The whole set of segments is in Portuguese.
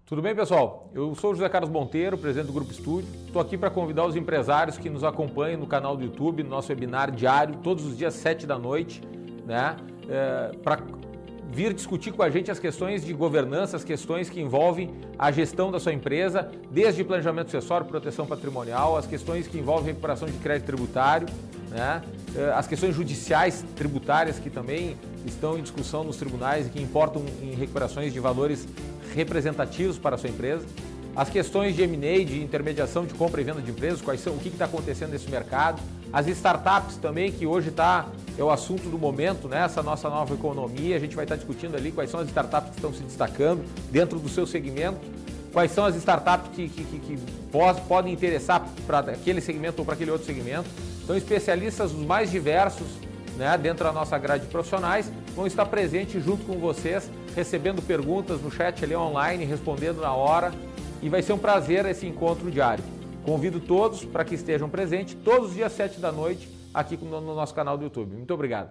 Tudo bem, pessoal? Eu sou o José Carlos Monteiro, presidente do Grupo Estúdio. Estou aqui para convidar os empresários que nos acompanham no canal do YouTube, no nosso webinar diário, todos os dias 7 da noite, né? Para vir discutir com a gente as questões de governança, as questões que envolvem a gestão da sua empresa, desde planejamento sucessório, proteção patrimonial, as questões que envolvem recuperação de crédito tributário, né? As questões judiciais tributárias que também estão em discussão nos tribunais e que importam em recuperações de valores representativos para a sua empresa, as questões de M&A, de intermediação de compra e venda de empresas, quais são, o que está acontecendo nesse mercado, as startups também, que hoje é o assunto do momento, né? Essa nossa nova economia, a gente vai estar discutindo ali quais são as startups que estão se destacando dentro do seu segmento, quais são as startups que podem interessar para aquele segmento ou para aquele outro segmento. Então, especialistas os mais diversos, né, dentro da nossa grade de profissionais, vão estar presentes junto com vocês, recebendo perguntas no chat ali online, respondendo na hora, e vai ser um prazer esse encontro diário. Convido todos para que estejam presentes todos os dias 7 da noite aqui no nosso canal do YouTube. Muito obrigado.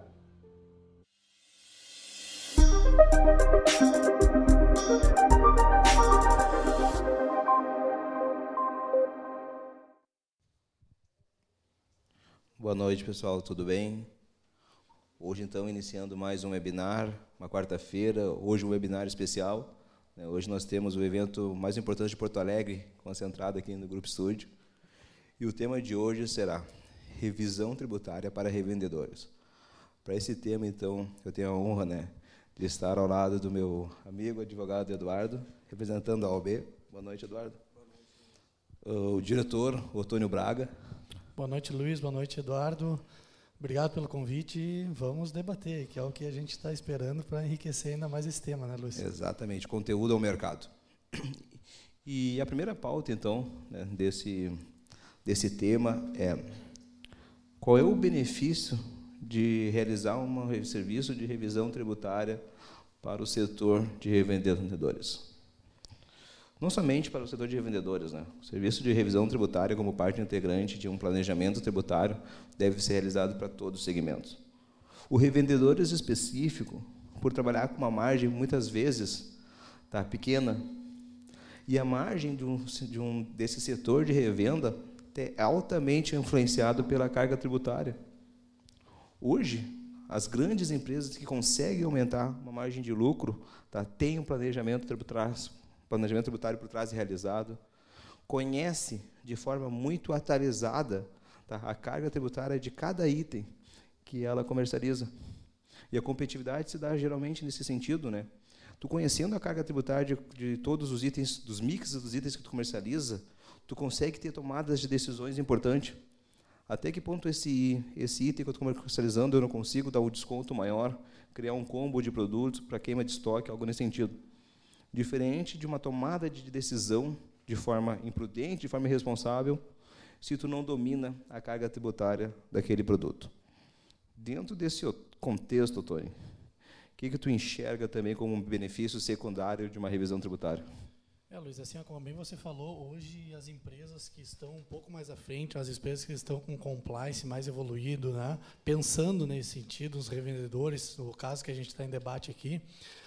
Boa noite, pessoal, tudo bem? Hoje, então, iniciando mais um webinar, uma quarta-feira, hoje um webinar especial. Hoje nós temos o evento mais importante de Porto Alegre, concentrado aqui no Grupo Estúdio. E o tema de hoje será revisão tributária para revendedores. Para esse tema, então, eu tenho a honra, de estar ao lado do meu amigo, advogado Eduardo, representando a OAB. Boa noite, Eduardo. Boa noite. O diretor, Otônio Braga. Boa noite, Luiz. Boa noite, Eduardo. Obrigado pelo convite e vamos debater, que é o que a gente está esperando para enriquecer ainda mais esse tema, né, Luiz? Exatamente, conteúdo ao mercado. E a primeira pauta, então, desse tema é: qual é o benefício de realizar um serviço de revisão tributária para o setor de revendedores? Não somente para o setor de revendedores, O serviço de revisão tributária, como parte integrante de um planejamento tributário, deve ser realizado para todos os segmentos. O revendedores específico, por trabalhar com uma margem, muitas vezes, pequena, e a margem desse setor de revenda é altamente influenciado pela carga tributária. Hoje, as grandes empresas que conseguem aumentar uma margem de lucro, têm um planejamento tributário por trás realizado, conhece de forma muito atualizada a carga tributária de cada item que ela comercializa. E a competitividade se dá geralmente nesse sentido, Tu conhecendo a carga tributária de todos os itens, dos mixes dos itens que tu comercializa, tu consegue ter tomadas de decisões importantes. Até que ponto esse item que eu estou comercializando eu não consigo dar um desconto maior, criar um combo de produtos para queima de estoque, algo nesse sentido. Diferente de uma tomada de decisão de forma imprudente, de forma irresponsável, se tu não domina a carga tributária daquele produto. Dentro desse contexto, Tony, o que tu enxerga também como um benefício secundário de uma revisão tributária? Luiz, assim como bem você falou, hoje as empresas que estão um pouco mais à frente, as empresas que estão com compliance mais evoluído, pensando nesse sentido, os revendedores, no caso que a gente está em debate aqui,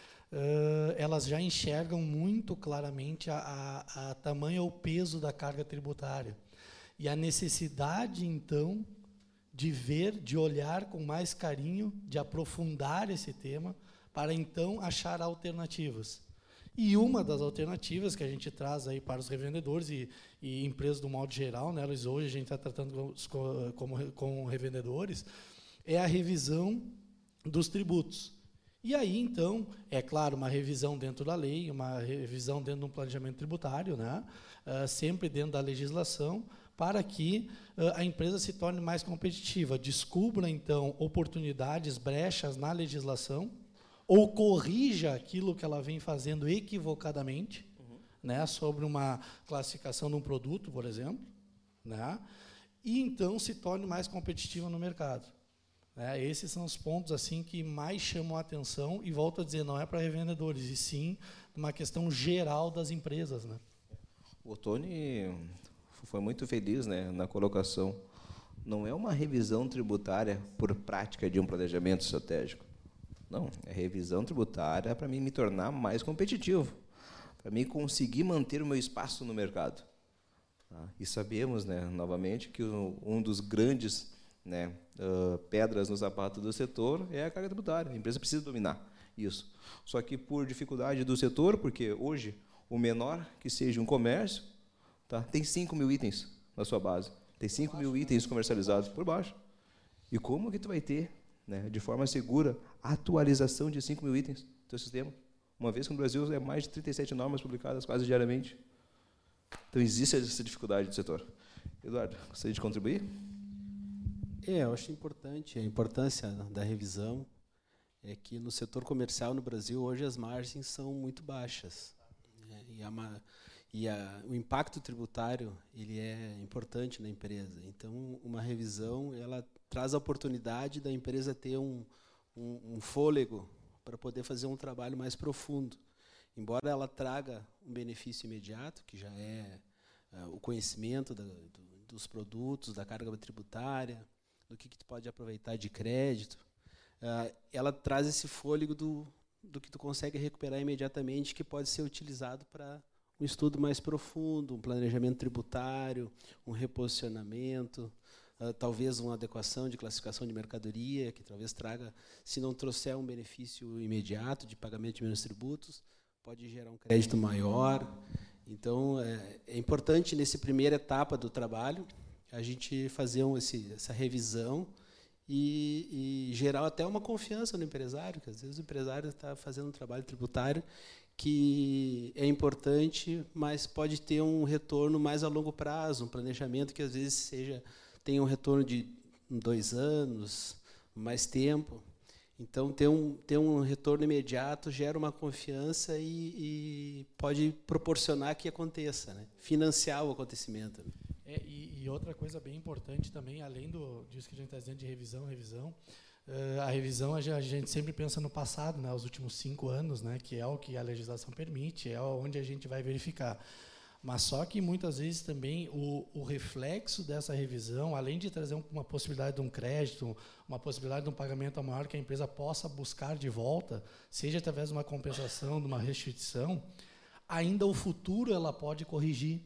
elas já enxergam muito claramente a tamanho ou peso da carga tributária. E a necessidade, então, de ver, de olhar com mais carinho, de aprofundar esse tema, para, então, achar alternativas. E uma das alternativas que a gente traz aí para os revendedores e empresas do modo geral, Luiz, hoje a gente está tratando com revendedores, é a revisão dos tributos. E aí, então, é claro, uma revisão dentro da lei, uma revisão dentro de um planejamento tributário, sempre dentro da legislação, para que a empresa se torne mais competitiva, descubra, então, oportunidades, brechas na legislação, ou corrija aquilo que ela vem fazendo equivocadamente, sobre uma classificação de um produto, por exemplo, e, então, se torne mais competitiva no mercado. Esses são os pontos assim que mais chamam a atenção, e volto a dizer, não é para revendedores, e sim uma questão geral das empresas. O Tony foi muito feliz na colocação. Não é uma revisão tributária por prática de um planejamento estratégico. Não, é revisão tributária para mim me tornar mais competitivo. para mim conseguir manter o meu espaço no mercado. Tá? E sabemos, né, novamente, que um dos grandes, né, pedras no sapato do setor é a carga tributária. A empresa precisa dominar isso. Só que por dificuldade do setor, porque hoje o menor que seja um comércio, tá, tem 5.000 itens na sua base. Tem 5.000 itens comercializados por baixo. E como que tu vai ter, né, de forma segura, a atualização de 5.000 itens do teu sistema? Uma vez que no Brasil é mais de 37 normas publicadas quase diariamente. Então, existe essa dificuldade do setor. Eduardo, gostaria de contribuir? Eu acho importante, a importância da revisão é que no setor comercial no Brasil, hoje as margens são muito baixas. Né? O impacto tributário ele é importante na empresa. Então, uma revisão ela traz a oportunidade da empresa ter um fôlego para poder fazer um trabalho mais profundo. Embora ela traga um benefício imediato, que já é o conhecimento dos produtos, da carga tributária, do que tu pode aproveitar de crédito, ela traz esse fôlego do que tu consegue recuperar imediatamente, que pode ser utilizado para um estudo mais profundo, um planejamento tributário, um reposicionamento, talvez uma adequação de classificação de mercadoria, que talvez traga, se não trouxer um benefício imediato de pagamento de menos tributos, pode gerar um crédito maior. Então, é importante, nessa primeira etapa do trabalho, a gente fazer essa revisão e gerar até uma confiança no empresário, que às vezes o empresário está fazendo um trabalho tributário que é importante, mas pode ter um retorno mais a longo prazo, um planejamento que às vezes tenha um retorno de 2 anos, mais tempo. Então, ter um retorno imediato gera uma confiança e pode proporcionar que aconteça, né? Financiar o acontecimento. E outra coisa bem importante também, além disso que a gente está dizendo de revisão, a revisão a gente sempre pensa no passado, né, os últimos 5 anos, né, que é o que a legislação permite, é onde a gente vai verificar. Mas só que muitas vezes também o reflexo dessa revisão, além de trazer uma possibilidade de um crédito, uma possibilidade de um pagamento maior que a empresa possa buscar de volta, seja através de uma compensação, de uma restituição, ainda o futuro ela pode corrigir.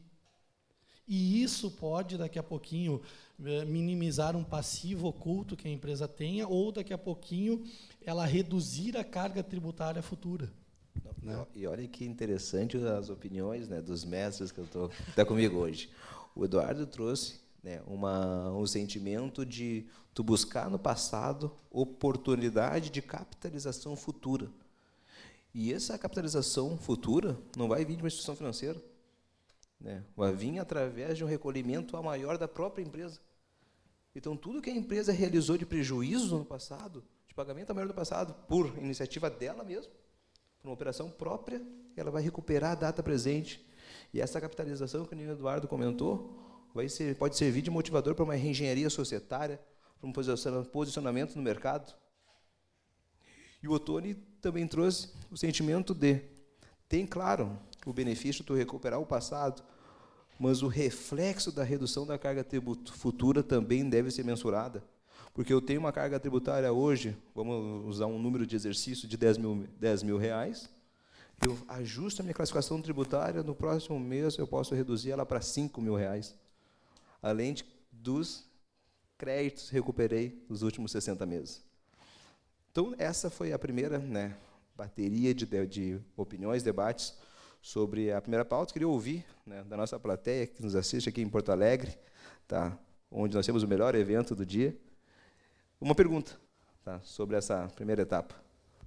E isso pode, daqui a pouquinho, minimizar um passivo oculto que a empresa tenha, ou, daqui a pouquinho, ela reduzir a carga tributária futura. Não. E olha que interessante as opiniões, né, dos mestres que estão comigo hoje. O Eduardo trouxe, né, um sentimento de tu buscar no passado oportunidade de capitalização futura. E essa capitalização futura não vai vir de uma instituição financeira, né? Vai vir através de um recolhimento a maior da própria empresa. Então, tudo que a empresa realizou de prejuízo no passado, de pagamento a maior do passado, por iniciativa dela mesma, por uma operação própria, ela vai recuperar a data presente. E essa capitalização que o Eduardo comentou pode servir de motivador para uma reengenharia societária, para um posicionamento no mercado. E o Ottoni também trouxe o sentimento tem, claro, o benefício de tu recuperar o passado, mas o reflexo da redução da carga futura também deve ser mensurada. Porque eu tenho uma carga tributária hoje, vamos usar um número de exercício de 10 mil reais, eu ajusto a minha classificação tributária, no próximo mês eu posso reduzir ela para 5 mil reais, além dos créditos que recuperei nos últimos 60 meses. Então, essa foi a primeira, né, bateria de opiniões, debates sobre a primeira pauta. Queria ouvir, né, da nossa plateia que nos assiste aqui em Porto Alegre, tá, onde nós temos o melhor evento do dia, uma pergunta, tá, sobre essa primeira etapa.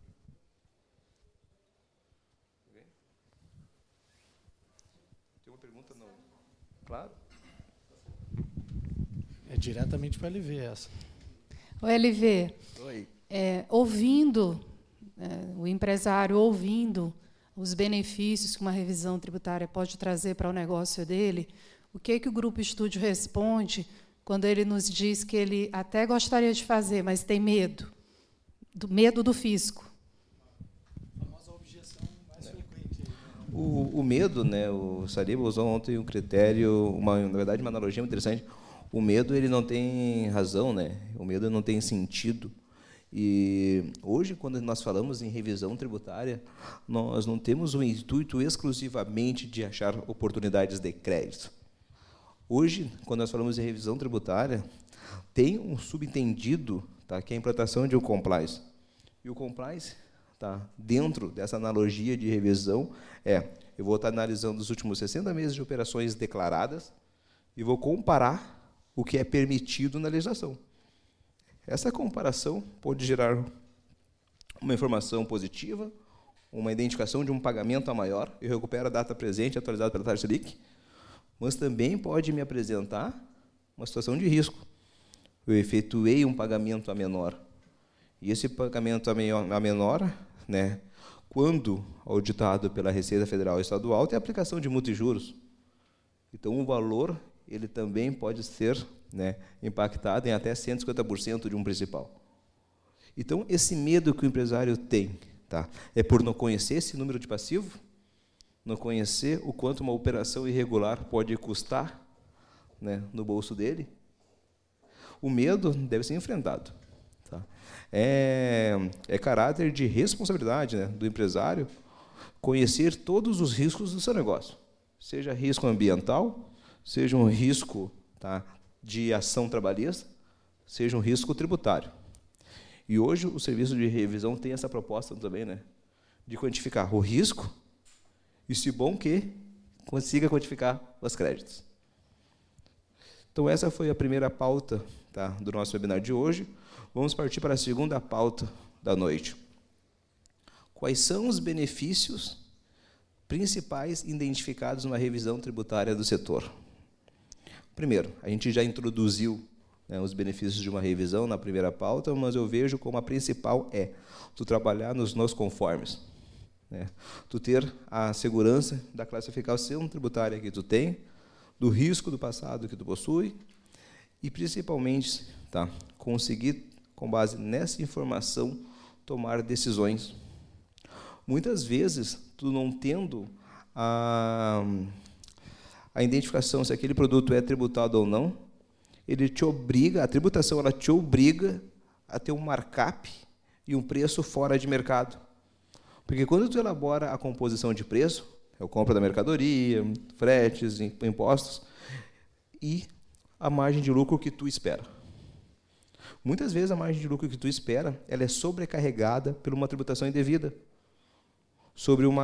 Tem uma pergunta? Não. Claro. É diretamente para a LV essa. O LV, Oi. Ouvindo, o empresário ouvindo os benefícios que uma revisão tributária pode trazer para o negócio dele, o que o Grupo Estúdio responde quando ele nos diz que ele até gostaria de fazer, mas tem medo do fisco? A famosa objeção mais frequente. O medo, né, o Saliba usou ontem um critério, na verdade, uma analogia muito interessante. O medo ele não tem razão, né? O medo não tem sentido. E hoje, quando nós falamos em revisão tributária, nós não temos o intuito exclusivamente de achar oportunidades de crédito. Hoje, quando nós falamos em revisão tributária, tem um subentendido, tá, que é a implantação de um compliance. E o compliance, tá, dentro dessa analogia de revisão, eu vou estar analisando os últimos 60 meses de operações declaradas e vou comparar o que é permitido na legislação. Essa comparação pode gerar uma informação positiva, uma identificação de um pagamento a maior, eu recupero a data presente atualizada pela taxa Selic, mas também pode me apresentar uma situação de risco. Eu efetuei um pagamento a menor. E esse pagamento a menor, né, quando auditado pela Receita Federal e Estadual, tem aplicação de multa e juros. Então, o valor ele também pode ser, né, impactado em até 150% de um principal. Então, esse medo que o empresário tem, tá, é por não conhecer esse número de passivo, não conhecer o quanto uma operação irregular pode custar, né, no bolso dele. O medo deve ser enfrentado. Tá? É caráter de responsabilidade, né, do empresário conhecer todos os riscos do seu negócio, seja risco ambiental, seja um risco, tá, de ação trabalhista, seja um risco tributário. E hoje o serviço de revisão tem essa proposta também, né, de quantificar o risco e, se bom que, consiga quantificar os créditos. Então, essa foi a primeira pauta, tá, do nosso webinar de hoje. Vamos partir para a segunda pauta da noite. Quais são os benefícios principais identificados numa revisão tributária do setor? Primeiro, a gente já introduziu, né, os benefícios de uma revisão na primeira pauta, mas eu vejo como a principal é tu trabalhar nos conformes, né? Tu ter a segurança da classificação tributária que tu tem, do risco do passado que tu possui e, principalmente, tá, conseguir, com base nessa informação, tomar decisões. Muitas vezes, tu não tendo a identificação se aquele produto é tributado ou não, ele te obriga, a tributação ela te obriga a ter um markup e um preço fora de mercado. Porque quando tu elabora a composição de preço, é a compra da mercadoria, fretes, impostos, e a margem de lucro que tu espera. Muitas vezes a margem de lucro que tu espera, ela é sobrecarregada por uma tributação indevida, sobre um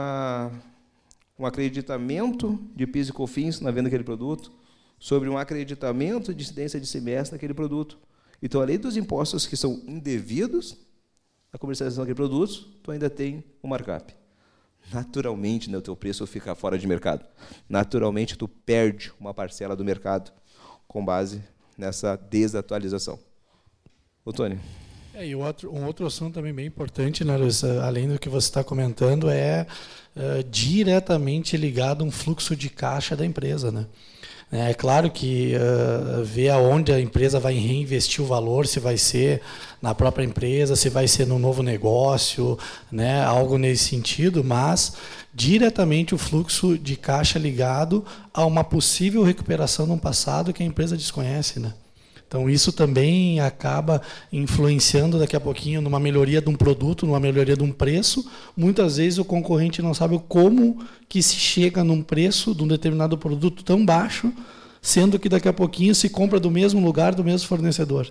acreditamento de PIS e COFINS na venda daquele produto, sobre um acreditamento de incidência de semestre naquele produto. Então, além dos impostos que são indevidos na comercialização daquele produto, tu ainda tem um markup. Naturalmente, né, o teu preço fica fora de mercado. Naturalmente, tu perde uma parcela do mercado com base nessa desatualização. Ô, Tony. E um outro assunto também bem importante, né, além do que você está comentando, é diretamente ligado a um fluxo de caixa da empresa, né? É claro que ver aonde a empresa vai reinvestir o valor, se vai ser na própria empresa, se vai ser no novo negócio, né, algo nesse sentido, mas diretamente o fluxo de caixa ligado a uma possível recuperação de um passado que a empresa desconhece, né? Então, isso também acaba influenciando daqui a pouquinho numa melhoria de um produto, numa melhoria de um preço. Muitas vezes o concorrente não sabe como que se chega num preço de um determinado produto tão baixo, sendo que daqui a pouquinho se compra do mesmo lugar, do mesmo fornecedor.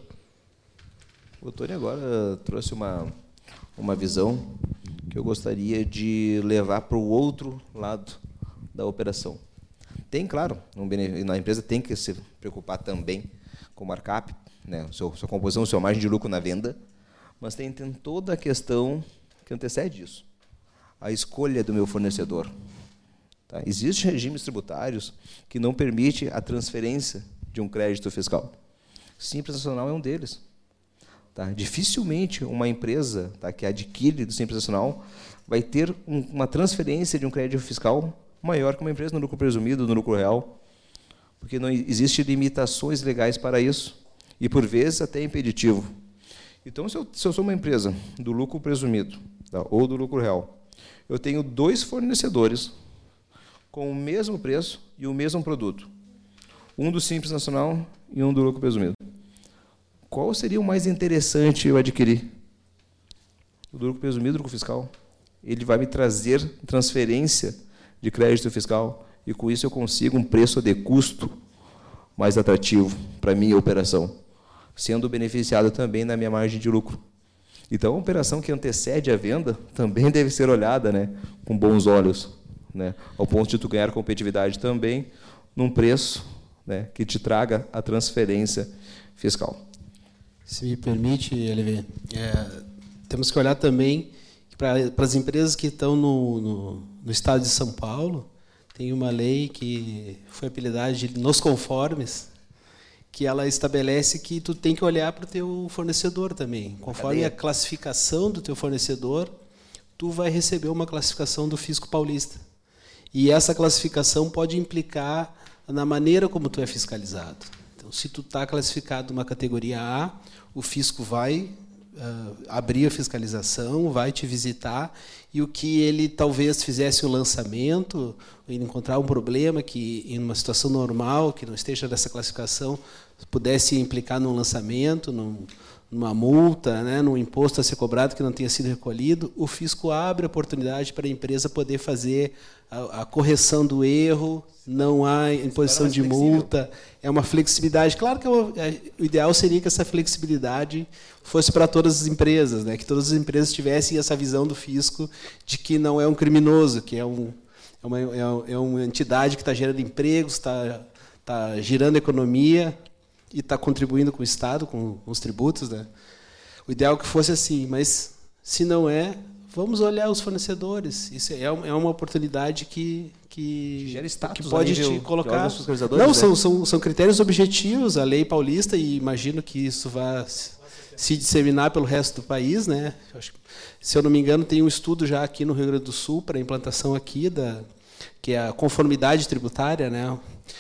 O Tony agora trouxe uma visão que eu gostaria de levar para o outro lado da operação. Tem, claro, na empresa tem que se preocupar também com o markup, né, sua composição, sua margem de lucro na venda, mas tem toda a questão que antecede isso. A escolha do meu fornecedor. Tá? Existem regimes tributários que não permitem a transferência de um crédito fiscal. Simples Nacional é um deles. Tá? Dificilmente uma empresa, tá, que adquire do Simples Nacional vai ter uma transferência de um crédito fiscal maior que uma empresa no lucro presumido, no lucro real, porque não existem limitações legais para isso, e, por vezes, até impeditivo. Então, se eu sou uma empresa do lucro presumido, tá, ou do lucro real, eu tenho 2 fornecedores com o mesmo preço e o mesmo produto, um do Simples Nacional e um do lucro presumido. Qual seria o mais interessante eu adquirir? o lucro presumido do lucro fiscal, ele vai me trazer transferência de crédito fiscal e, com isso, eu consigo um preço de custo mais atrativo para a minha operação, sendo beneficiado também na minha margem de lucro. Então, a operação que antecede a venda também deve ser olhada, né, com bons olhos, né, ao ponto de tu ganhar competitividade também num preço, né, que te traga a transferência fiscal. Se me permite, LV, temos que olhar também para as empresas que estão no estado de São Paulo. Tem uma lei que foi apelidada de nos conformes, que ela estabelece que tu tem que olhar para o teu fornecedor também. Conforme a classificação do teu fornecedor, tu vai receber uma classificação do Fisco Paulista. E essa classificação pode implicar na maneira como tu é fiscalizado. Então, se tu está classificado numa categoria A, o fisco vai abrir a fiscalização, vai te visitar, e o que ele talvez fizesse o lançamento, ele encontrar um problema que, em uma situação normal, que não esteja nessa classificação, pudesse implicar num lançamento, numa multa, né, num imposto a ser cobrado que não tenha sido recolhido, o fisco abre a oportunidade para a empresa poder fazer a correção do erro, não há imposição de multa, é uma flexibilidade. Claro que o ideal seria que essa flexibilidade fosse para todas as empresas, né, que todas as empresas tivessem essa visão do fisco de que não é um criminoso, que é uma entidade que está gerando empregos, está girando economia e está contribuindo com o Estado, com os tributos, né? O ideal é que fosse assim, mas se não é, vamos olhar os fornecedores. Isso é uma oportunidade que gera status, que pode te colocar. Não, né? São critérios objetivos, a lei paulista, e imagino que isso vai se disseminar pelo resto do país, né? Se eu não me engano, tem um estudo já aqui no Rio Grande do Sul para a implantação aqui que é a conformidade tributária, né?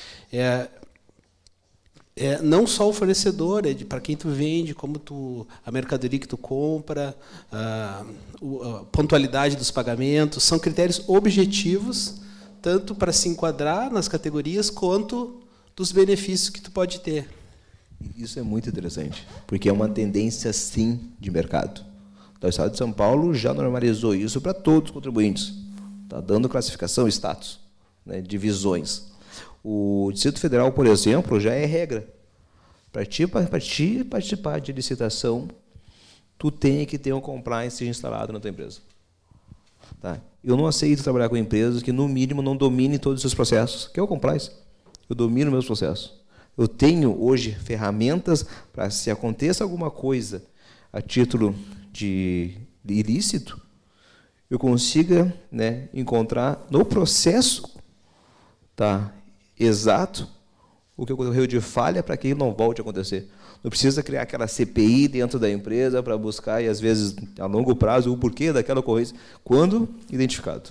Não só o fornecedor, para quem tu vende, como a mercadoria que tu compra, a pontualidade dos pagamentos, são critérios objetivos, tanto para se enquadrar nas categorias, quanto dos benefícios que tu pode ter. Isso é muito interessante, porque é uma tendência, sim, de mercado. Então, o Estado de São Paulo já normalizou isso para todos os contribuintes. Está dando classificação, status, né, divisões. O Distrito Federal, por exemplo, já é regra. Para ti participar de licitação, tu tem que ter um compliance instalado na tua empresa. Tá? Eu não aceito trabalhar com empresas que, no mínimo, não dominem todos os seus processos. Que é o compliance. Eu domino meus processos. Eu tenho, hoje, ferramentas para, se aconteça alguma coisa a título de ilícito, eu consiga, né, encontrar no processo, tá, exato o que ocorreu de falha para que ele não volte a acontecer. Não precisa criar aquela CPI dentro da empresa para buscar, e às vezes, a longo prazo, o porquê daquela ocorrência, quando identificado.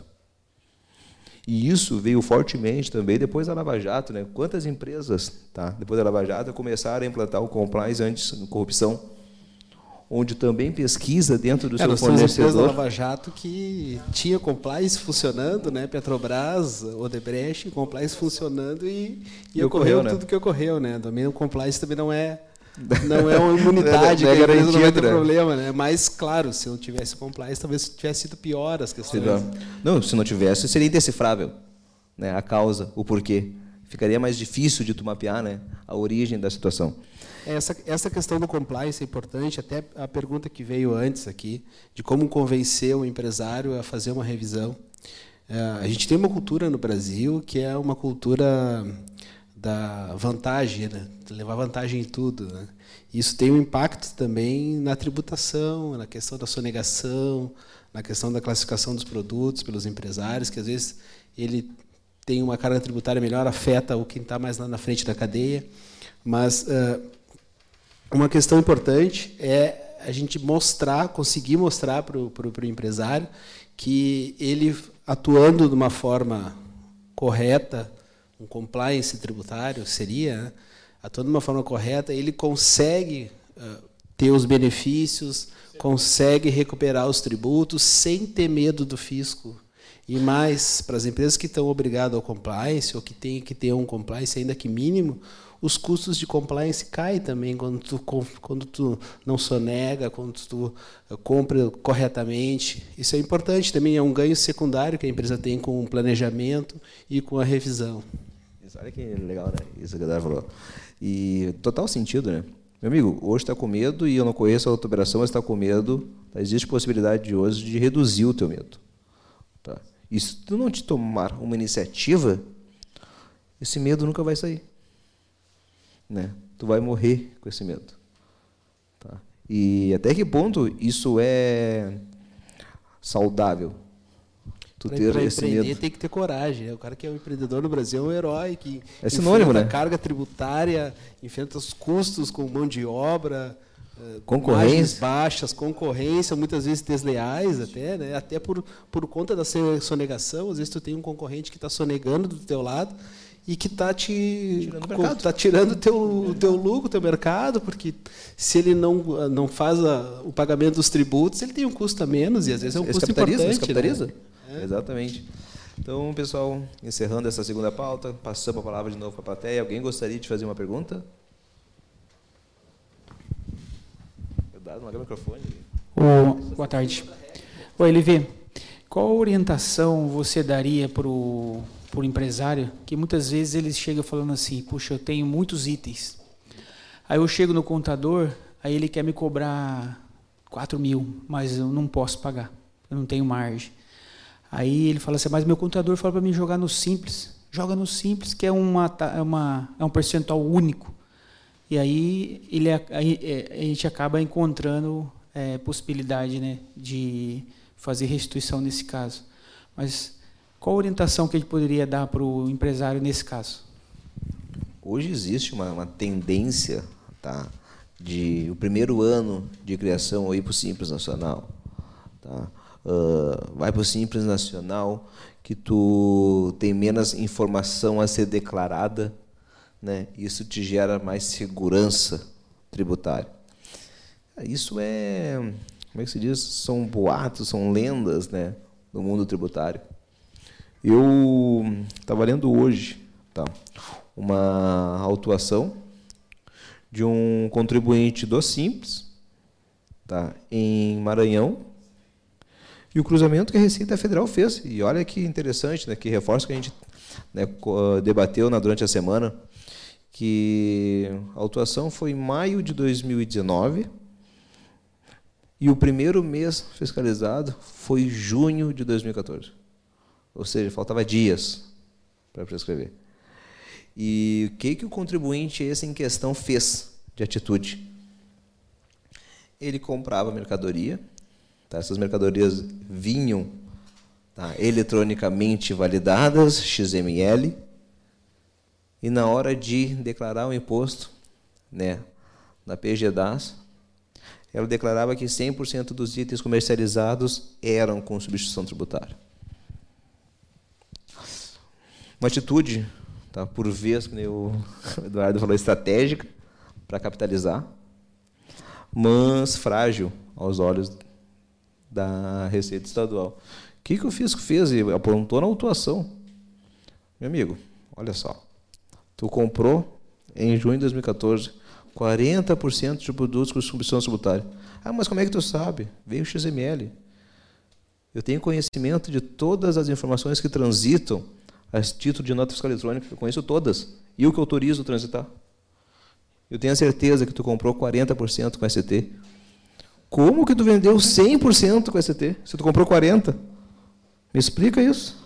E isso veio fortemente também depois da Lava Jato, né? Quantas empresas, tá, depois da Lava Jato, começaram a implantar o compliance anti-corrupção, onde também pesquisa dentro do seu fornecedor. Da Lava Jato que tinha compliance funcionando, né? Petrobras, Odebrecht, compliance funcionando e ocorreu, né, tudo que ocorreu, né? Também o compliance também não é uma imunidade, que a empresa não vai ter problema, né? Mas, claro, se não tivesse compliance, talvez tivesse sido pior as questões. Não, se não tivesse, seria indecifrável, né, a causa, o porquê. Ficaria mais difícil de tu mapear, né, a origem da situação. Essa questão do compliance é importante, até a pergunta que veio antes aqui, de como convencer o empresário a fazer uma revisão. A gente tem uma cultura no Brasil que é uma cultura da vantagem, né? Levar vantagem em tudo, né? Isso tem um impacto também na tributação, na questão da sonegação, na questão da classificação dos produtos pelos empresários, que às vezes ele tem uma carga tributária melhor, afeta o quem está mais lá na frente da cadeia. Mas uma questão importante é a gente conseguir mostrar para o empresário que ele, atuando de uma forma correta, um compliance tributário seria, né, atuando de uma forma correta, ele consegue ter os benefícios, consegue recuperar os tributos sem ter medo do fisco. E mais, para as empresas que estão obrigadas ao compliance, ou que têm que ter um compliance ainda que mínimo, os custos de compliance caem também quando tu não sonega, quando tu compra corretamente. Isso é importante também, é um ganho secundário que a empresa tem com o planejamento e com a revisão. Olha que legal, né? Isso que a Dara falou. E total sentido, né? Meu amigo, hoje está com medo e eu não conheço a outra operação, mas está com medo. Tá? Existe possibilidade de hoje de reduzir o teu medo. Tá? E se tu não te tomar uma iniciativa, esse medo nunca vai sair. Né? Tu vai morrer com esse medo. Tá? E até que ponto isso é saudável? Para empreender tem que ter coragem. Né? O cara que é um empreendedor no Brasil é um herói que é sinônimo, né? A carga tributária, enfrenta os custos com mão de obra, concorrência baixas, concorrência, muitas vezes desleais até, né? Até por conta da sonegação. Às vezes tu tem um concorrente que está sonegando do teu lado e que está tirando o teu lucro, o teu mercado, porque se ele não faz o pagamento dos tributos, ele tem um custo a menos e às vezes é um custo importante. Capitaliza. Né? Exatamente. Então, pessoal, encerrando essa segunda pauta, passamos a palavra de novo para a plateia. Alguém gostaria de fazer uma pergunta? Cuidado, não abre o microfone. Boa tarde. Oi, LV. Qual orientação você daria para o empresário, que muitas vezes ele chega falando assim, puxa, eu tenho muitos itens. Aí eu chego no contador, aí ele quer me cobrar 4.000, mas eu não posso pagar, eu não tenho margem. Aí ele fala assim, mas meu contador fala para mim jogar no Simples. Joga no Simples, que é um percentual único. E aí a gente acaba encontrando possibilidade, né, de fazer restituição nesse caso. Mas qual a orientação que a gente poderia dar para o empresário nesse caso? Hoje existe uma tendência, tá, de o primeiro ano de criação ir para o Simples Nacional. Tá? Vai para o Simples Nacional, que tu tem menos informação a ser declarada, né? Isso te gera mais segurança tributária. Isso como é que se diz? São boatos, são lendas, né, no mundo tributário. Eu estava lendo hoje, tá, uma autuação de um contribuinte do Simples, tá, em Maranhão, e o cruzamento que a Receita Federal fez. E olha que interessante, né, que reforço que a gente, né, debateu durante a semana, que a autuação foi em maio de 2019 e o primeiro mês fiscalizado foi junho de 2014. Ou seja, faltava dias para prescrever. E o que o contribuinte esse em questão fez de atitude? Ele comprava mercadoria, tá? Essas mercadorias vinham, tá, eletronicamente validadas, XML, e na hora de declarar o imposto, né, na PGDAS, ela declarava que 100% dos itens comercializados eram com substituição tributária. Uma atitude, tá, por vez, como o Eduardo falou, estratégica para capitalizar, mas frágil aos olhos da Receita Estadual. O que o fisco fez? Ele apontou na autuação. Meu amigo, olha só. Tu comprou, em junho de 2014, 40% de produtos com substituição tributária. Ah, mas como é que tu sabe? Veio o XML. Eu tenho conhecimento de todas as informações que transitam a título de nota fiscal eletrônica. Eu conheço todas. E o que autorizo transitar. Eu tenho a certeza que tu comprou 40% com ST. Como que tu vendeu 100% com ST? Se tu comprou 40%? Me explica isso.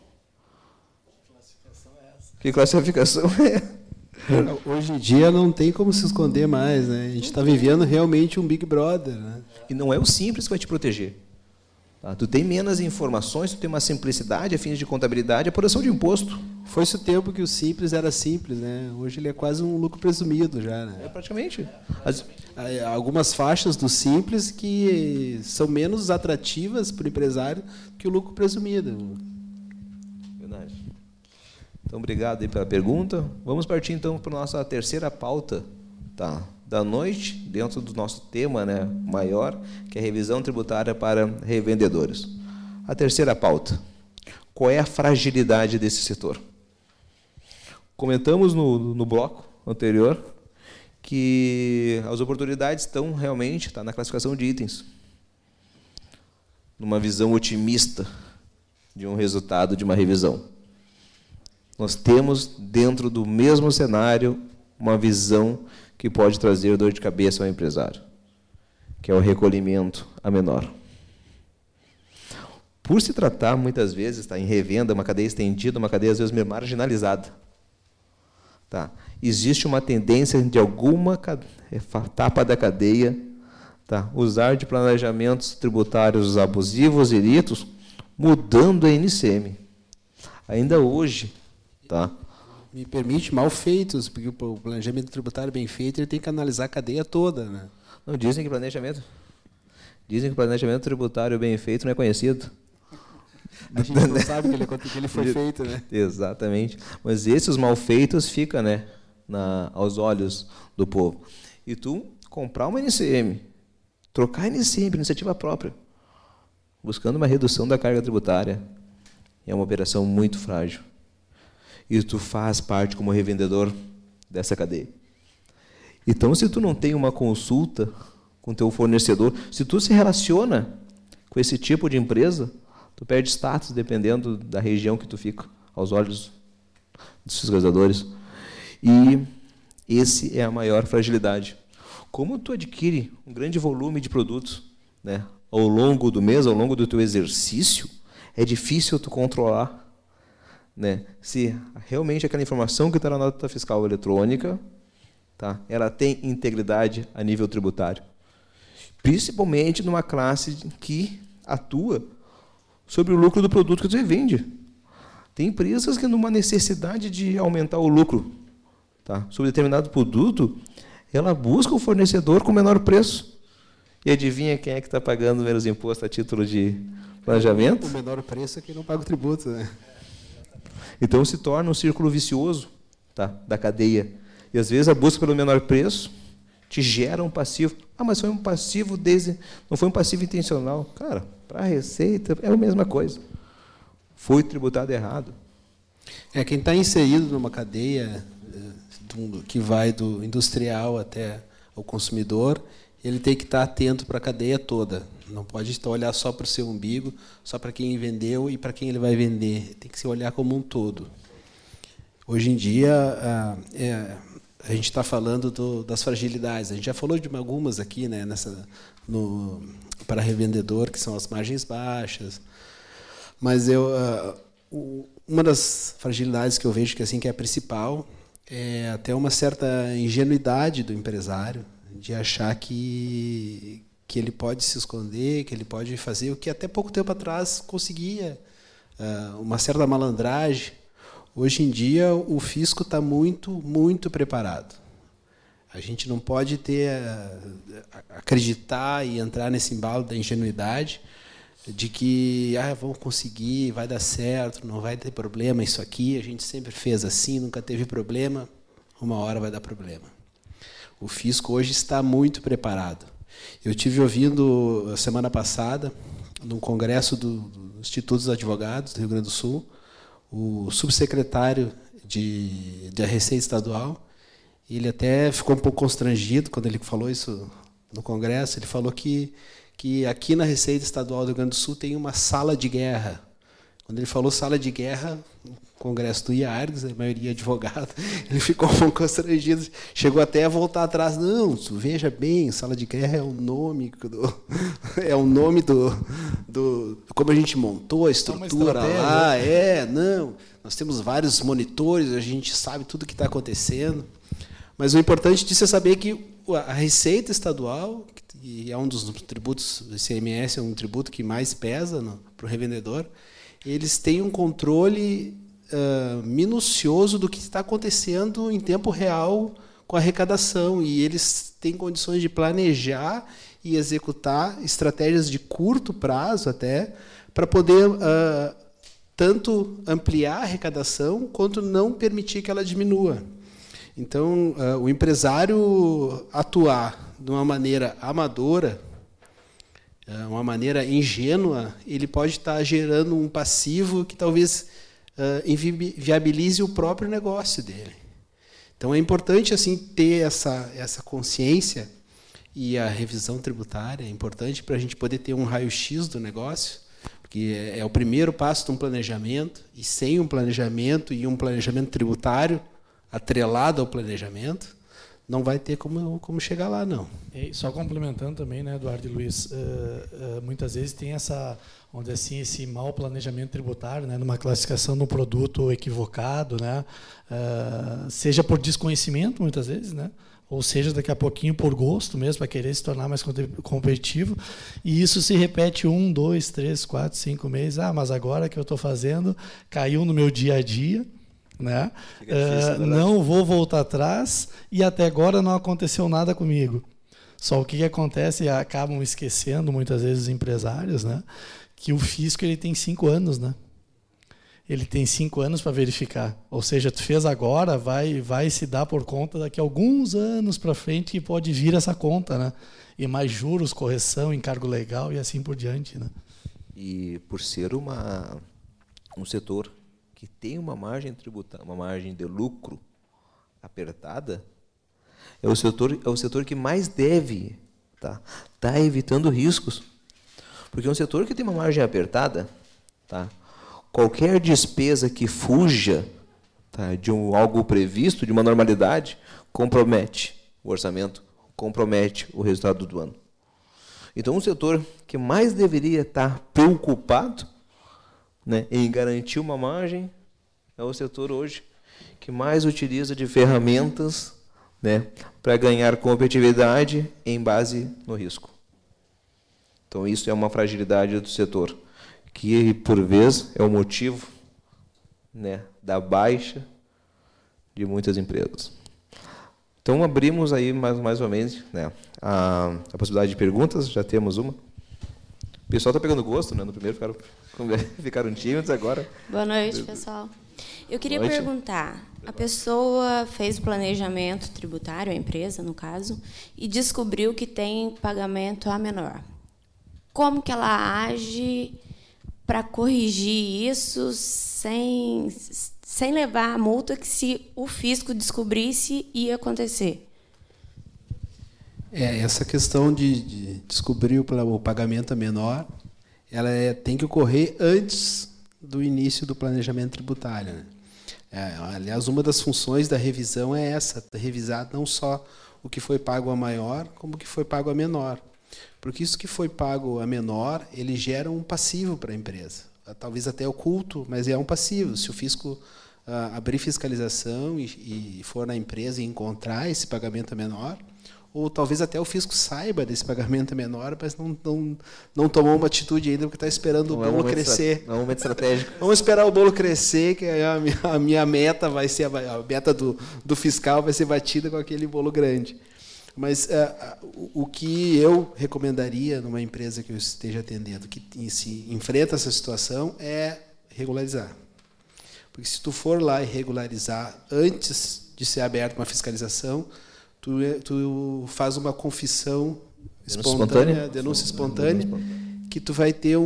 Que classificação é essa? Hoje em dia não tem como se esconder mais, né? A gente está vivendo realmente um Big Brother, né? E não é o Simples que vai te proteger. Tá? Tu tem menos informações, tu tem uma simplicidade a fins de contabilidade, apuração de imposto. Foi-se o tempo que o Simples era simples, né? Hoje ele é quase um lucro presumido já, né? Praticamente. Algumas faixas do Simples que são menos atrativas para o empresário que o lucro presumido. Verdade. Então, obrigado aí pela pergunta. Vamos partir, então, para a nossa terceira pauta, tá, da noite, dentro do nosso tema, né, maior, que é a revisão tributária para revendedores. A terceira pauta. Qual é a fragilidade desse setor? Comentamos no bloco anterior, que as oportunidades estão realmente na classificação de itens, numa visão otimista de um resultado de uma revisão. Nós temos, dentro do mesmo cenário, uma visão que pode trazer dor de cabeça ao empresário, que é o recolhimento a menor. Por se tratar, muitas vezes, em revenda, uma cadeia estendida, uma cadeia, às vezes, meio marginalizada. Existe uma tendência de alguma etapa da cadeia usar de planejamentos tributários abusivos e ilícitos, mudando a NCM. Ainda hoje, Me permite, mal feitos, porque o planejamento tributário bem feito, ele tem que analisar a cadeia toda, né? Não, dizem que planejamento tributário bem feito não é conhecido. A gente não sabe que ele foi feito, né? Exatamente. Mas esses mal feitos ficam, né, aos olhos do povo. E tu comprar uma NCM, trocar a NCM por iniciativa própria, buscando uma redução da carga tributária, é uma operação muito frágil. E tu faz parte como revendedor dessa cadeia. Então, se tu não tem uma consulta com teu fornecedor, se tu se relaciona com esse tipo de empresa, tu perde status dependendo da região que tu fica, aos olhos dos fiscalizadores. E esse é a maior fragilidade. Como tu adquire um grande volume de produtos, né, ao longo do mês, ao longo do teu exercício, é difícil tu controlar, né, se realmente aquela informação que está na nota fiscal eletrônica, ela tem integridade a nível tributário. Principalmente numa classe que atua sobre o lucro do produto que você vende. Tem empresas que, numa necessidade de aumentar o lucro sobre determinado produto, ela busca o fornecedor com menor preço. E adivinha quem é que está pagando menos imposto a título de planejamento? O menor preço é quem não paga o tributo, né? Então, se torna um círculo vicioso da cadeia. E, às vezes, a busca pelo menor preço te gera um passivo. Mas foi um passivo não foi um passivo intencional. Cara, para a Receita é a mesma coisa. Foi tributado errado. Quem está inserido numa cadeia que vai do industrial até o consumidor, ele tem que estar atento para a cadeia toda. Não pode olhar só para o seu umbigo, só para quem vendeu e para quem ele vai vender. Tem que se olhar como um todo. Hoje em dia, a gente está falando das fragilidades. A gente já falou de algumas aqui, né, para revendedor, que são as margens baixas. Mas uma das fragilidades que eu vejo que é a principal é até uma certa ingenuidade do empresário de achar que ele pode se esconder, que ele pode fazer o que até pouco tempo atrás conseguia, uma certa malandragem. Hoje em dia, o fisco está muito, muito preparado. A gente não pode acreditar e entrar nesse embalo da ingenuidade de que vamos conseguir, vai dar certo, não vai ter problema isso aqui, a gente sempre fez assim, nunca teve problema, uma hora vai dar problema. O fisco hoje está muito preparado. Eu estive ouvindo, semana passada, num congresso do Instituto dos Advogados do Rio Grande do Sul, o subsecretário da Receita Estadual, ele até ficou um pouco constrangido quando ele falou isso no congresso. Ele falou que aqui na Receita Estadual do Rio Grande do Sul tem uma sala de guerra. Quando ele falou sala de guerra, no congresso do IARGS, a maioria advogado, ele ficou um pouco constrangido, chegou até a voltar atrás. Não, veja bem, sala de guerra é o nome do como a gente montou a estrutura lá. Nós temos vários monitores, a gente sabe tudo o que está acontecendo. Mas o importante disso é saber que a Receita Estadual, que é um dos tributos, o ICMS é um tributo que mais pesa para o revendedor, eles têm um controle minucioso do que está acontecendo em tempo real com a arrecadação, e eles têm condições de planejar e executar estratégias de curto prazo até para poder tanto ampliar a arrecadação quanto não permitir que ela diminua. Então, o empresário atuar de uma maneira amadora, uma maneira ingênua, ele pode estar gerando um passivo que talvez inviabilize o próprio negócio dele. Então é importante assim ter essa consciência, e a revisão tributária é importante para a gente poder ter um raio-x do negócio, porque é o primeiro passo de um planejamento, e sem um planejamento e um planejamento tributário atrelado ao planejamento, não vai ter como chegar lá, não. E só complementando também, né, Eduardo e Luiz, muitas vezes tem onde assim, esse mau planejamento tributário, né, numa classificação do produto equivocado, né, seja por desconhecimento, muitas vezes, né, ou seja, daqui a pouquinho por gosto mesmo, para querer se tornar mais competitivo, e isso se repete 1, 2, 3, 4, 5 meses. Mas agora que eu estou fazendo, caiu no meu dia a dia, né? Não vou voltar atrás, e até agora não aconteceu nada comigo. Só o que acontece, acabam esquecendo muitas vezes os empresários, né, que o fisco ele tem 5 anos, né? Ele tem 5 anos para verificar. Ou seja, tu fez agora, vai se dar por conta daqui a alguns anos para frente que pode vir essa conta, né? E mais juros, correção, encargo legal e assim por diante, né? E por ser um setor que tem uma margem tributária, uma margem de lucro apertada, é o setor que mais deve tá evitando riscos. Porque um setor que tem uma margem apertada, qualquer despesa que fuja de algo previsto, de uma normalidade, compromete o orçamento, compromete o resultado do ano. Então, um setor que mais deveria estar preocupado, né, em garantir uma margem é o setor hoje que mais utiliza de ferramentas, né, para ganhar competitividade em base no risco. Então, isso é uma fragilidade do setor, que, por vezes, é o motivo, né, da baixa de muitas empresas. Então, abrimos aí mais ou menos, né, a possibilidade de perguntas, já temos uma. O pessoal está pegando gosto, né? No primeiro ficaram tímidos, agora... Boa noite, pessoal. Eu queria perguntar, a pessoa fez o planejamento tributário, a empresa, no caso, e descobriu que tem pagamento a menor. Como que ela age para corrigir isso sem levar a multa que, se o fisco descobrisse, ia acontecer? Essa questão de descobrir o pagamento a menor, ela tem que ocorrer antes do início do planejamento tributário, né? Aliás, uma das funções da revisão é essa, revisar não só o que foi pago a maior, como o que foi pago a menor. Porque isso que foi pago a menor, ele gera um passivo para a empresa. Talvez até oculto, mas é um passivo. Se o fisco abrir fiscalização e for na empresa e encontrar esse pagamento a menor, ou talvez até o fisco saiba desse pagamento a menor, mas não tomou uma atitude ainda porque está esperando o bolo crescer. É um momento estratégico. Vamos esperar o bolo crescer, que a minha meta vai ser, a meta do fiscal vai ser batida com aquele bolo grande. Mas o que eu recomendaria numa empresa que eu esteja atendendo, que se enfrenta essa situação, é regularizar. Porque se tu for lá e regularizar antes de ser aberta uma fiscalização, tu faz uma confissão espontânea, denúncia espontânea, que tu vai ter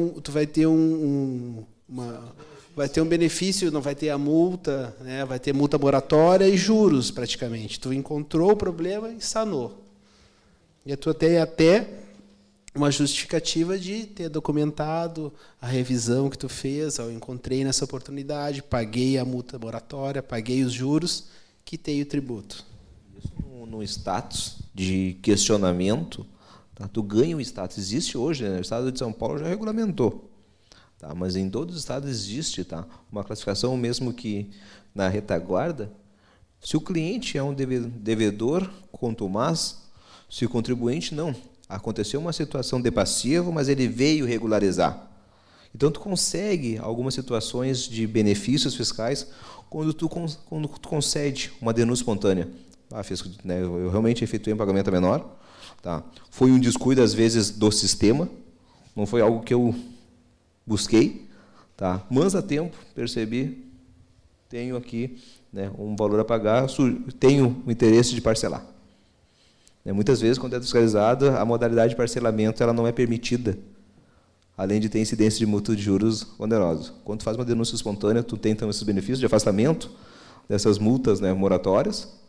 um benefício, não vai ter a multa, né? Vai ter multa moratória e juros, praticamente. Tu encontrou o problema e sanou. E tu tem até uma justificativa de ter documentado a revisão que tu fez, eu encontrei nessa oportunidade, paguei a multa moratória, paguei os juros, quitei o tributo. Isso no status de questionamento, tu ganha o status. Existe hoje, né? O Estado de São Paulo já regulamentou. Mas em todos os estados existe uma classificação, mesmo que na retaguarda. Se o cliente é um devedor contumaz, se o contribuinte não. Aconteceu uma situação de passivo, mas ele veio regularizar. Então, tu consegue algumas situações de benefícios fiscais quando tu concede uma denúncia espontânea. Fisco, né, eu realmente efetuei um pagamento menor. Foi um descuido, às vezes, do sistema. Não foi algo que eu busquei, mas a tempo percebi, tenho aqui, né, um valor a pagar, tenho o interesse de parcelar. Muitas vezes, quando é fiscalizado, a modalidade de parcelamento ela não é permitida, além de ter incidência de multa de juros onerosos. Quando tu faz uma denúncia espontânea, tu tem então esses benefícios de afastamento dessas multas, né, moratórias,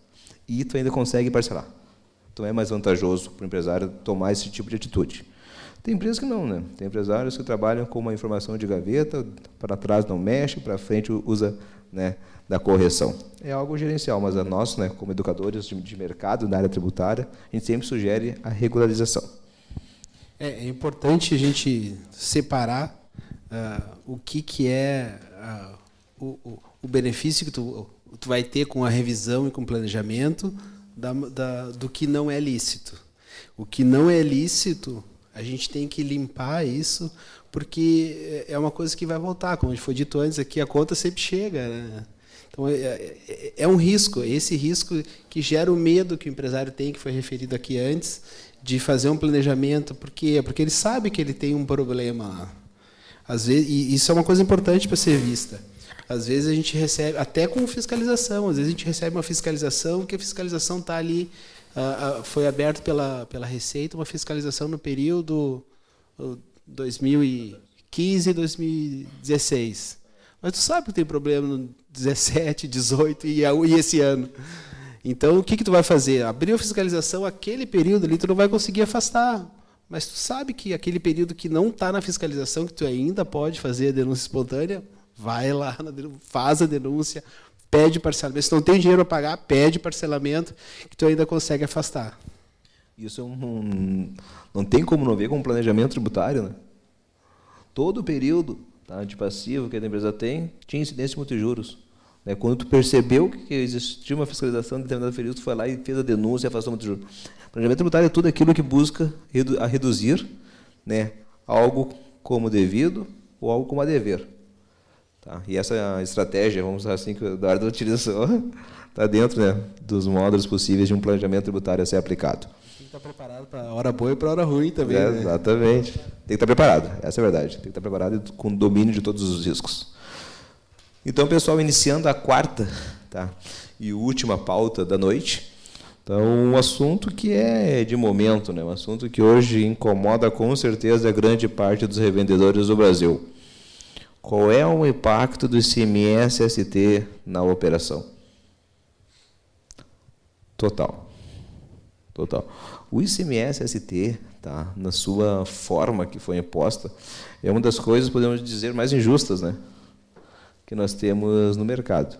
e tu ainda consegue parcelar. Então é mais vantajoso para o empresário tomar esse tipo de atitude. Tem empresas que não, né? Tem empresários que trabalham com uma informação de gaveta, para trás não mexe, para frente usa, né, da correção. É algo gerencial, mas a nós, né, como educadores de mercado na área tributária, a gente sempre sugere a regularização. É importante a gente separar o que é o benefício que tu vai ter com a revisão e com o planejamento do que não é lícito. O que não é lícito, a gente tem que limpar isso, porque é uma coisa que vai voltar. Como foi dito antes aqui, a conta sempre chega, né? Então, é um risco, esse risco que gera o medo que o empresário tem, que foi referido aqui antes, de fazer um planejamento. Por quê? Porque ele sabe que ele tem um problema lá. Às vezes, e isso é uma coisa importante para ser vista. Às vezes a gente recebe, até com fiscalização, às vezes a gente recebe uma fiscalização, que a fiscalização está ali, foi aberta pela Receita, uma fiscalização no período 2015 e 2016. Mas tu sabe que tem problema no 17, 18 e esse ano. Então, o que tu vai fazer? Abriu a fiscalização, aquele período ali tu não vai conseguir afastar. Mas tu sabe que aquele período que não está na fiscalização, que tu ainda pode fazer a denúncia espontânea, vai lá, faz a denúncia, pede parcelamento. Se não tem dinheiro para pagar, pede parcelamento, que tu ainda consegue afastar. Isso não tem como não ver com planejamento tributário, né? Todo o período, tá, de passivo que a empresa tem, tinha incidência de multijuros. Né? Quando tu percebeu que existia uma fiscalização em determinado período, tu foi lá e fez a denúncia e afastou o multijuro. Planejamento tributário é tudo aquilo que busca a reduzir, né, algo como devido ou algo como a dever. Tá? E essa estratégia, vamos usar assim, que o Eduardo utilizou, está dentro, né, dos módulos possíveis de um planejamento tributário a ser aplicado. Tem que estar preparado para a hora boa e para a hora ruim também. Né? Exatamente. Tem que estar preparado, essa é a verdade. Tem que estar preparado com domínio de todos os riscos. Então, pessoal, iniciando a quarta, tá, e última pauta da noite. Então, um assunto que é de momento, né, um assunto que hoje incomoda com certeza grande parte dos revendedores do Brasil. Qual é o impacto do ICMS-ST na operação? Total. O ICMS-ST, tá, na sua forma que foi imposta, é uma das coisas, podemos dizer, mais injustas, né, que nós temos no mercado.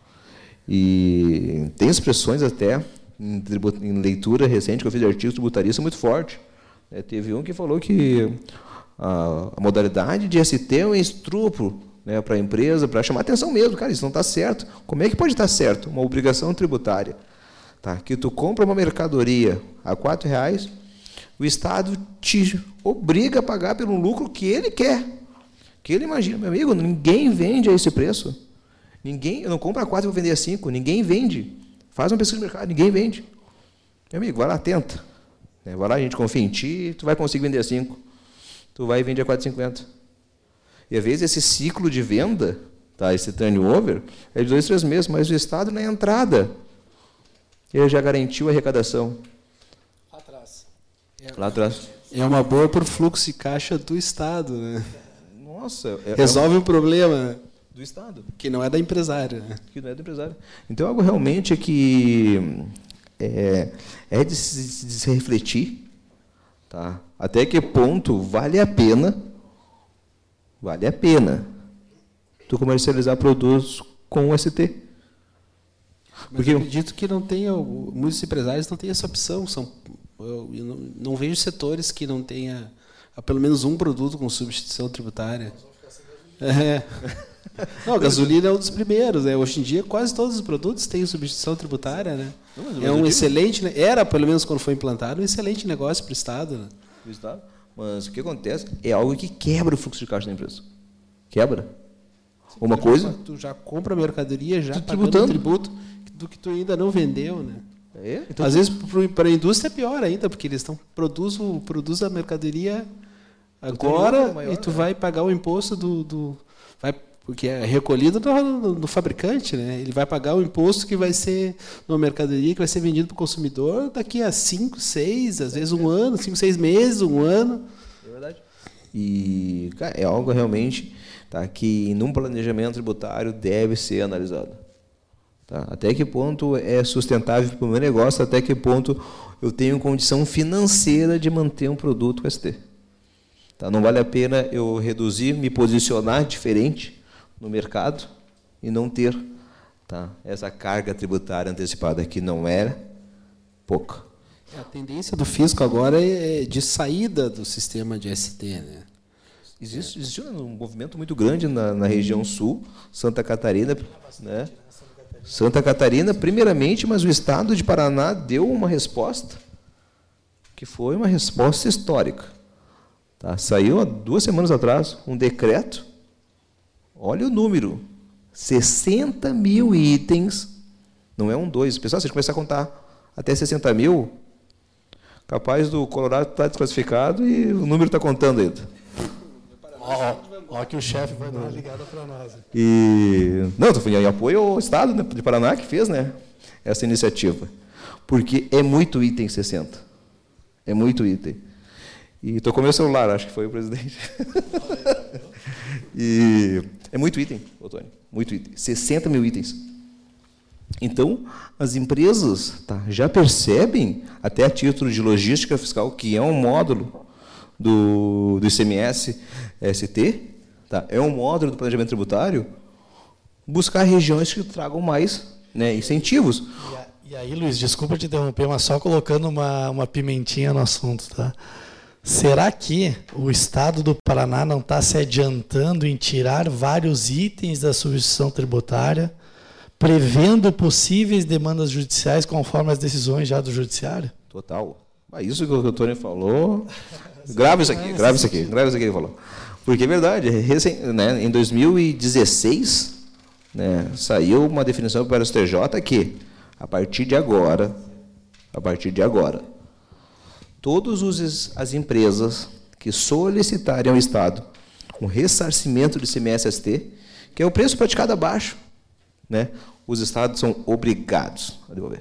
E tem expressões até, em leitura recente que eu fiz de artigos tributaristas, muito forte. Teve um que falou que a modalidade de ST é um estupro, né, para a empresa, para chamar atenção mesmo. Cara, isso não está certo. Como é que pode estar certo? Uma obrigação tributária. Tá, que tu compra uma mercadoria a R$4, o Estado te obriga a pagar pelo lucro que ele quer. Que ele imagina, meu amigo, ninguém vende a esse preço. Eu não compro a 4 e vou vender a 5. Ninguém vende. Faz uma pesquisa de mercado, ninguém vende. Meu amigo, vai lá, tenta. Vai lá, a gente confia em ti, tu vai conseguir vender a 5. Tu vai e vende a 4,50. E às vezes esse ciclo de venda, tá, esse turnover, é de 2, 3 meses, mas o Estado na entrada, ele já garantiu a arrecadação. Lá atrás. É uma boa para o fluxo de caixa do Estado, né? Nossa. Resolve o problema do Estado. Que não é da empresária. Né? Que não é do empresário. Então, algo realmente que é de se refletir, tá? Até que ponto vale a pena tu comercializar produtos com o ST. Porque eu acredito que não tenha, muitos empresários não têm essa opção. Eu não vejo setores que não tenha pelo menos um produto com substituição tributária. Não, a gasolina é um dos primeiros. Né? Hoje em dia, quase todos os produtos têm substituição tributária. Né? É um excelente, era, pelo menos quando foi implantado, um excelente negócio para o Estado. Né? Mas o que acontece é algo que quebra o fluxo de caixa da empresa. Quebra. Uma coisa... Tu já compra a mercadoria, já pagando tributo do que tu ainda não vendeu. Né? Então, às vezes, para a indústria é pior ainda, porque eles produzem a mercadoria agora maior, e tu vai pagar o imposto porque é recolhido no fabricante, né? Ele vai pagar o imposto que vai ser numa mercadoria que vai ser vendido para o consumidor daqui a 5, 6, às vezes um ano, 5, 6 meses, um ano. É verdade. E, cara, é algo realmente, tá, que num planejamento tributário deve ser analisado. Tá? Até que ponto é sustentável para o meu negócio, até que ponto eu tenho condição financeira de manter um produto ST. Tá? Não vale a pena eu reduzir, me posicionar diferente no mercado e não ter, tá, essa carga tributária antecipada, que não é pouca. A tendência do fisco agora é de saída do sistema de ST, né? Existiu um movimento muito grande na região sul, Santa Catarina, né? Santa Catarina, primeiramente, mas o Estado de Paraná deu uma resposta que foi uma resposta histórica. Tá? Saiu há 2 semanas atrás um decreto, olha o número, 60 mil itens, não é 2. Pessoal, se a gente começar a contar até 60 mil, capaz do Colorado estar desclassificado e o número está contando ainda. Ó que o chefe vai dar uma ligada para nós. Não, estou falando em apoio ao Estado, né, de Paraná, que fez, né, essa iniciativa. Porque é muito item 60. É muito item. E tocou meu celular, acho que foi o presidente. E é muito item, Otônio. Muito item. 60 mil itens. Então, as empresas, tá, já percebem, até a título de logística fiscal, que é um módulo do ICMS-ST, tá, é um módulo do planejamento tributário, buscar regiões que tragam mais, né, incentivos. E aí, Luiz, desculpa te interromper, mas só colocando uma pimentinha no assunto, tá? Será que o Estado do Paraná não está se adiantando em tirar vários itens da substituição tributária, prevendo possíveis demandas judiciais conforme as decisões já do Judiciário? Total. Isso que o Tony falou, grava isso aqui que ele falou. Porque é verdade, né, em 2016, né, saiu uma definição para o STJ que, a partir de agora, todas as empresas que solicitarem ao Estado um ressarcimento de ICMS-ST, que é o preço praticado abaixo, né, os Estados são obrigados a devolver.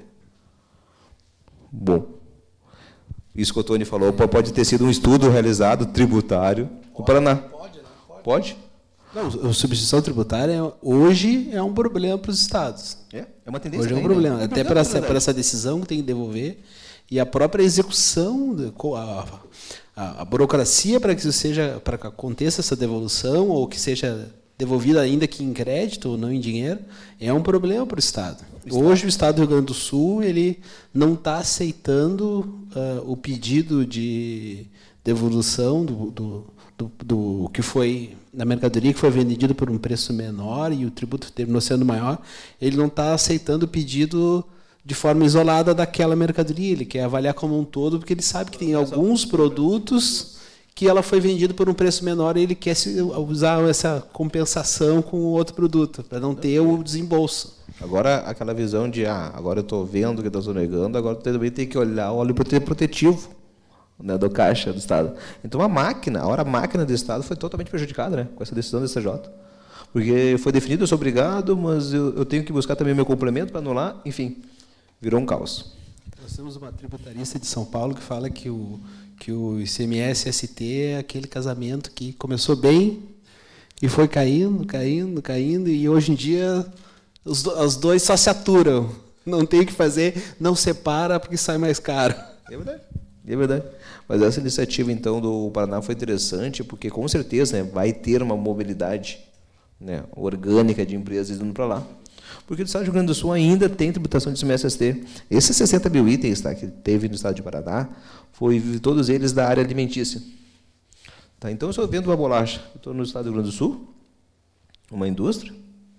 Bom, isso que o Tony falou pode ter sido um estudo realizado tributário no Paraná. Pode? Não, a substituição tributária hoje é um problema para os estados. É uma tendência. Hoje é um problema. Até para essa decisão que tem que devolver e a própria execução, a burocracia para que aconteça essa devolução ou que seja devolvida ainda que em crédito ou não em dinheiro, é um problema para o Estado. Hoje o Estado do Rio Grande do Sul ele não está aceitando o pedido de devolução do que foi na mercadoria que foi vendido por um preço menor e o tributo terminou sendo maior, ele não está aceitando o pedido de forma isolada daquela mercadoria, ele quer avaliar como um todo, porque ele sabe que tem alguns produtos que ela foi vendida por um preço menor e ele quer usar essa compensação com outro produto, para não ter o desembolso. Agora, aquela visão de, agora eu estou vendo que eu estou negando, agora também tem que olhar o óleo protetivo, né, do caixa do Estado. Então, a máquina do Estado foi totalmente prejudicada, né, com essa decisão do STJ. Porque foi definido, eu sou obrigado, mas eu tenho que buscar também o meu complemento para anular, enfim, virou um caos. Nós temos uma tributarista de São Paulo que fala que o ICMS-ST é aquele casamento que começou bem e foi caindo, e hoje em dia os dois só se aturam. Não tem o que fazer, não separa porque sai mais caro. É verdade. Mas essa iniciativa, então, do Paraná foi interessante, porque, com certeza, né, vai ter uma mobilidade, né, orgânica de empresas indo para lá. Porque o Estado do Rio Grande do Sul ainda tem tributação de ICMS-ST. Esses 60 mil itens, tá, que teve no Estado de Paraná, foi todos eles da área alimentícia. Tá, então, eu estou vendo uma bolacha. Eu estou no Estado do Rio Grande do Sul, uma indústria,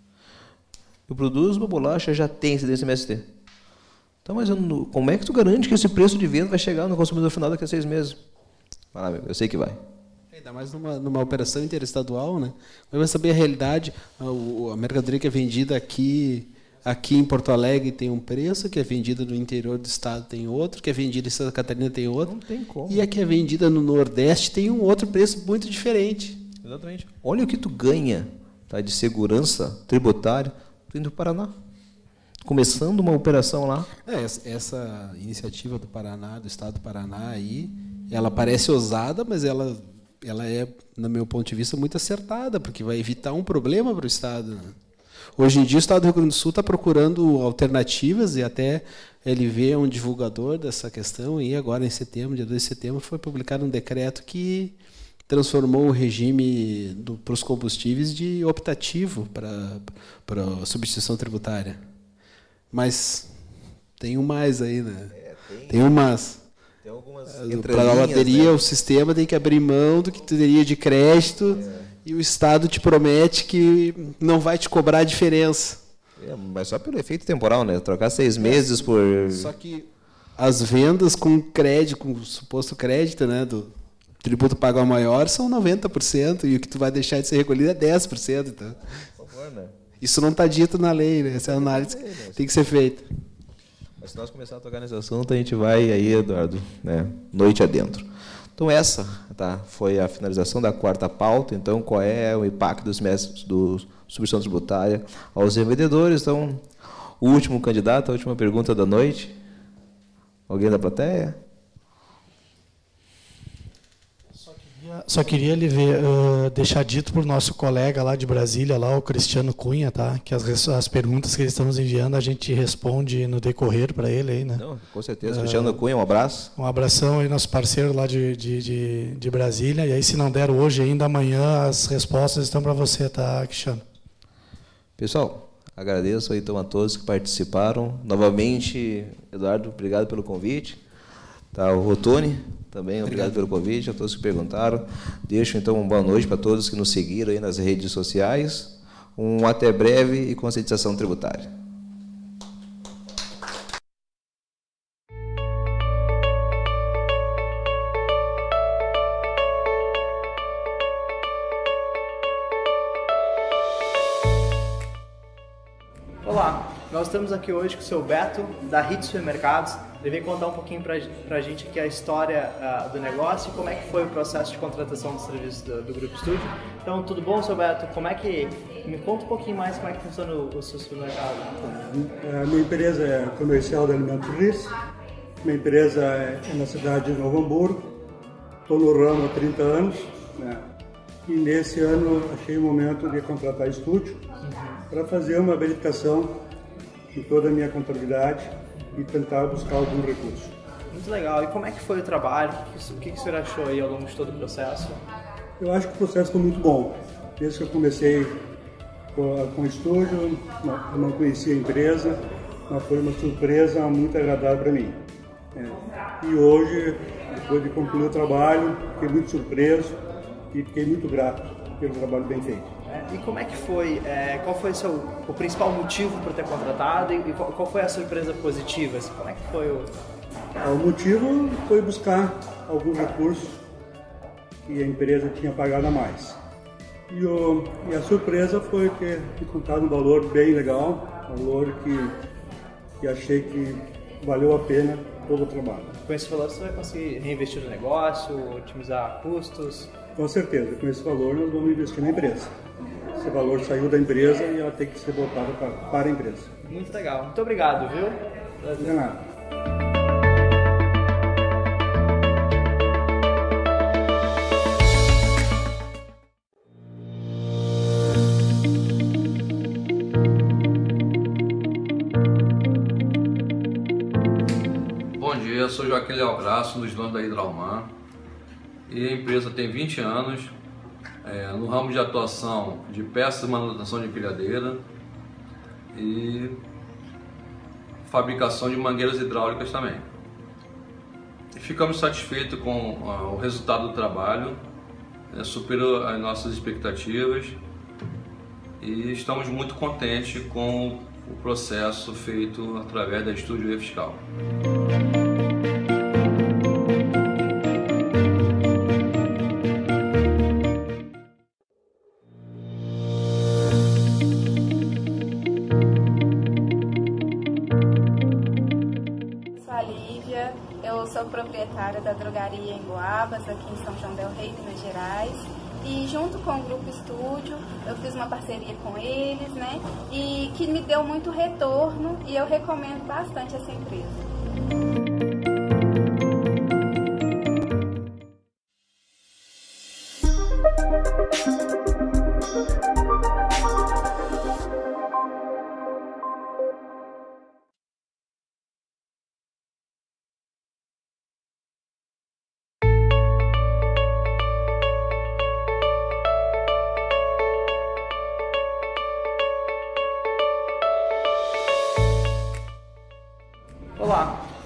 eu produzo uma bolacha, já tem incidência ICMS-ST. Então, mas como é que tu garante que esse preço de venda vai chegar no consumidor final daqui a 6 meses? Vai lá, eu sei que vai. Ainda mais numa operação interestadual, né? Vai saber a realidade. A mercadoria que é vendida aqui em Porto Alegre tem um preço, que é vendida no interior do estado tem outro, que é vendida em Santa Catarina tem outro. Não tem como. E a que é vendida no Nordeste tem um outro preço muito diferente. Exatamente. Olha o que tu ganha, tá, de segurança tributária indo para o Paraná. Começando uma operação lá. Essa iniciativa do Paraná, do Estado do Paraná, aí, ela parece ousada, mas ela é, no meu ponto de vista, muito acertada, porque vai evitar um problema para o Estado. Né? Hoje em dia o Estado do Rio Grande do Sul está procurando alternativas, e até LV é um divulgador dessa questão, e agora em setembro, dia 2 de setembro, foi publicado um decreto que transformou o regime para os combustíveis de optativo para a substituição tributária. Mas tem um mais aí, né? Tem algumas para a bateria, né? O sistema tem que abrir mão do que teria de crédito, e o Estado te promete que não vai te cobrar a diferença. Mas só pelo efeito temporal, né? Trocar 6 meses por... Só que as vendas com crédito, com suposto crédito, né, do tributo pago a maior, são 90%, e o que tu vai deixar de ser recolhido é 10%. Então. Por favor, né? Isso não está dito na lei, né? Essa é a análise que tem que ser feita. Mas se nós começarmos a tocar nesse assunto, a gente vai aí, Eduardo, né, noite adentro. Então essa, tá, foi a finalização da 4ª pauta. Então, qual é o impacto dos mestres do substituição tributária aos revendedores? Então, o último candidato, a última pergunta da noite. Alguém da plateia? Só queria deixar dito para o nosso colega lá de Brasília, lá, o Cristiano Cunha, tá? Que as perguntas que eles estão nos enviando, a gente responde no decorrer para ele aí, né? Não, com certeza. Cristiano Cunha, um abraço. Um abração aí, nosso parceiro lá de Brasília. E aí, se não der hoje ainda, amanhã as respostas estão para você, tá, Cristiano? Pessoal, agradeço aí, então, a todos que participaram. Novamente, Eduardo, obrigado pelo convite. Tá, o Rotoni também, obrigado pelo convite, a todos que perguntaram. Deixo, então, uma boa noite para todos que nos seguiram aí nas redes sociais. Um até breve e conscientização tributária. Olá, nós estamos aqui hoje com o seu Beto, da Hits Supermercados. Ele vem contar um pouquinho pra gente aqui a história do negócio e como é que foi o processo de contratação dos serviços do Grupo Estúdio. Então, tudo bom, seu Beto? Me conta um pouquinho mais como é que funciona o seu supermercado. A minha empresa é comercial de alimentos RIS. Minha empresa é na cidade de Novo Hamburgo. Estou no ramo há 30 anos, né? E nesse ano achei o momento de contratar estúdio para fazer uma verificação em toda a minha contabilidade e tentar buscar algum recurso. Muito legal. E como é que foi o trabalho? O que o senhor achou aí ao longo de todo o processo? Eu acho que o processo foi muito bom. Desde que eu comecei com o estúdio, eu não conhecia a empresa, mas foi uma surpresa muito agradável para mim. E hoje, depois de concluir o trabalho, fiquei muito surpreso e fiquei muito grato pelo trabalho bem feito. E como é que foi? Qual foi o principal motivo para ter contratado e qual foi a surpresa positiva? Como é que foi O motivo foi buscar algum recurso que a empresa tinha pagado a mais. E a surpresa foi ter encontrado um valor bem legal, valor que achei que valeu a pena todo o trabalho. Com esse valor você vai conseguir reinvestir no negócio, otimizar custos? Com certeza, com esse valor nós vamos investir na empresa. Esse valor saiu da empresa e ela tem que ser voltada para a empresa. Muito legal. Muito obrigado, viu? De nada. Bom dia, eu sou Joaquim Leobraço, dos donos da Hidralman. E a empresa tem 20 anos. No ramo de atuação de peças e manutenção de empilhadeira e fabricação de mangueiras hidráulicas também. E ficamos satisfeitos com o resultado do trabalho, superou as nossas expectativas e estamos muito contentes com o processo feito através da Estúdio E-Fiscal. Proprietária da drogaria em Boabas, aqui em São João del Rei, Minas Gerais. E junto com o Grupo Estúdio, eu fiz uma parceria com eles, né? E que me deu muito retorno e eu recomendo bastante essa empresa.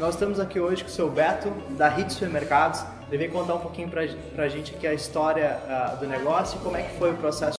nós estamos aqui hoje com o seu Beto, da Hits Supermercados. Ele veio contar um pouquinho para a gente aqui a história do negócio e como é que foi o processo